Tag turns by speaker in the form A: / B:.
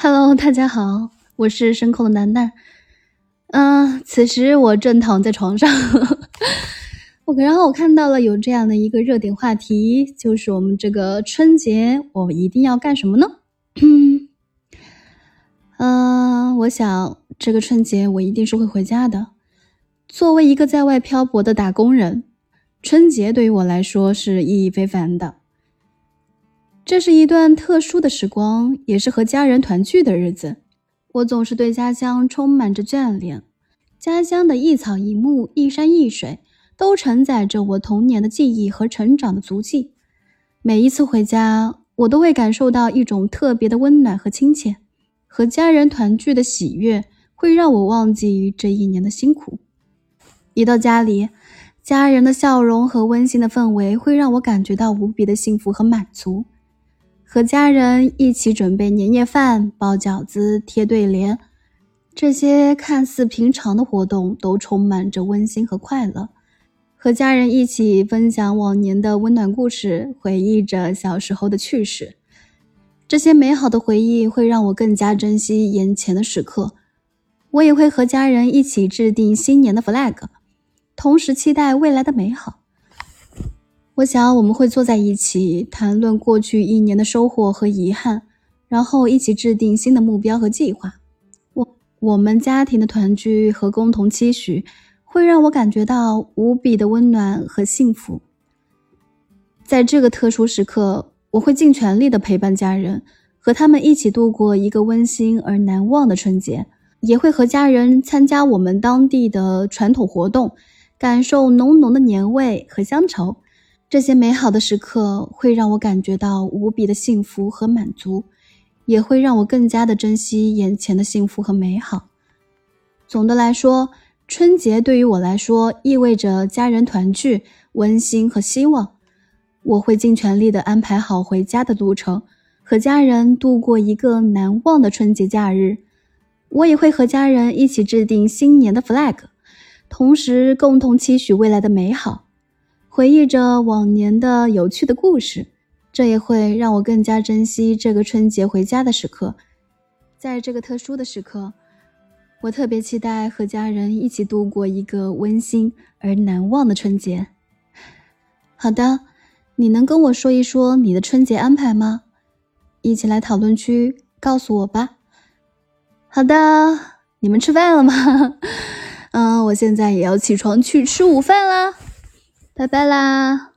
A: Hello，大家好，我是声控的楠楠。此时我正躺在床上，然后我看到了有这样的一个热点话题，就是我们这个春节我一定要干什么呢？我想这个春节我一定是会回家的。作为一个在外漂泊的打工人，春节对于我来说是意义非凡的。这是一段特殊的时光，也是和家人团聚的日子。我总是对家乡充满着眷恋，家乡的一草一木、一山一水，都承载着我童年的记忆和成长的足迹。每一次回家，我都会感受到一种特别的温暖和亲切。和家人团聚的喜悦，会让我忘记这一年的辛苦。一到家里，家人的笑容和温馨的氛围，会让我感觉到无比的幸福和满足。和家人一起准备年夜饭、包饺子、贴对联，这些看似平常的活动都充满着温馨和快乐。和家人一起分享往年的温暖故事，回忆着小时候的趣事，这些美好的回忆会让我更加珍惜眼前的时刻。我也会和家人一起制定新年的 flag， 同时期待未来的美好。我想我们会坐在一起谈论过去一年的收获和遗憾，然后一起制定新的目标和计划。我们家庭的团聚和共同期许会让我感觉到无比的温暖和幸福。在这个特殊时刻，我会尽全力的陪伴家人，和他们一起度过一个温馨而难忘的春节，也会和家人参加我们当地的传统活动，感受浓浓的年味和乡愁。这些美好的时刻会让我感觉到无比的幸福和满足，也会让我更加的珍惜眼前的幸福和美好。总的来说，春节对于我来说意味着家人团聚、温馨和希望。我会尽全力地安排好回家的路程，和家人度过一个难忘的春节假日。我也会和家人一起制定新年的 flag， 同时共同期许未来的美好，回忆着往年的有趣的故事，这也会让我更加珍惜这个春节回家的时刻。在这个特殊的时刻，我特别期待和家人一起度过一个温馨而难忘的春节。好的，你能跟我说一说你的春节安排吗？一起来讨论区告诉我吧。好的，你们吃饭了吗？我现在也要起床去吃午饭啦。拜拜啦。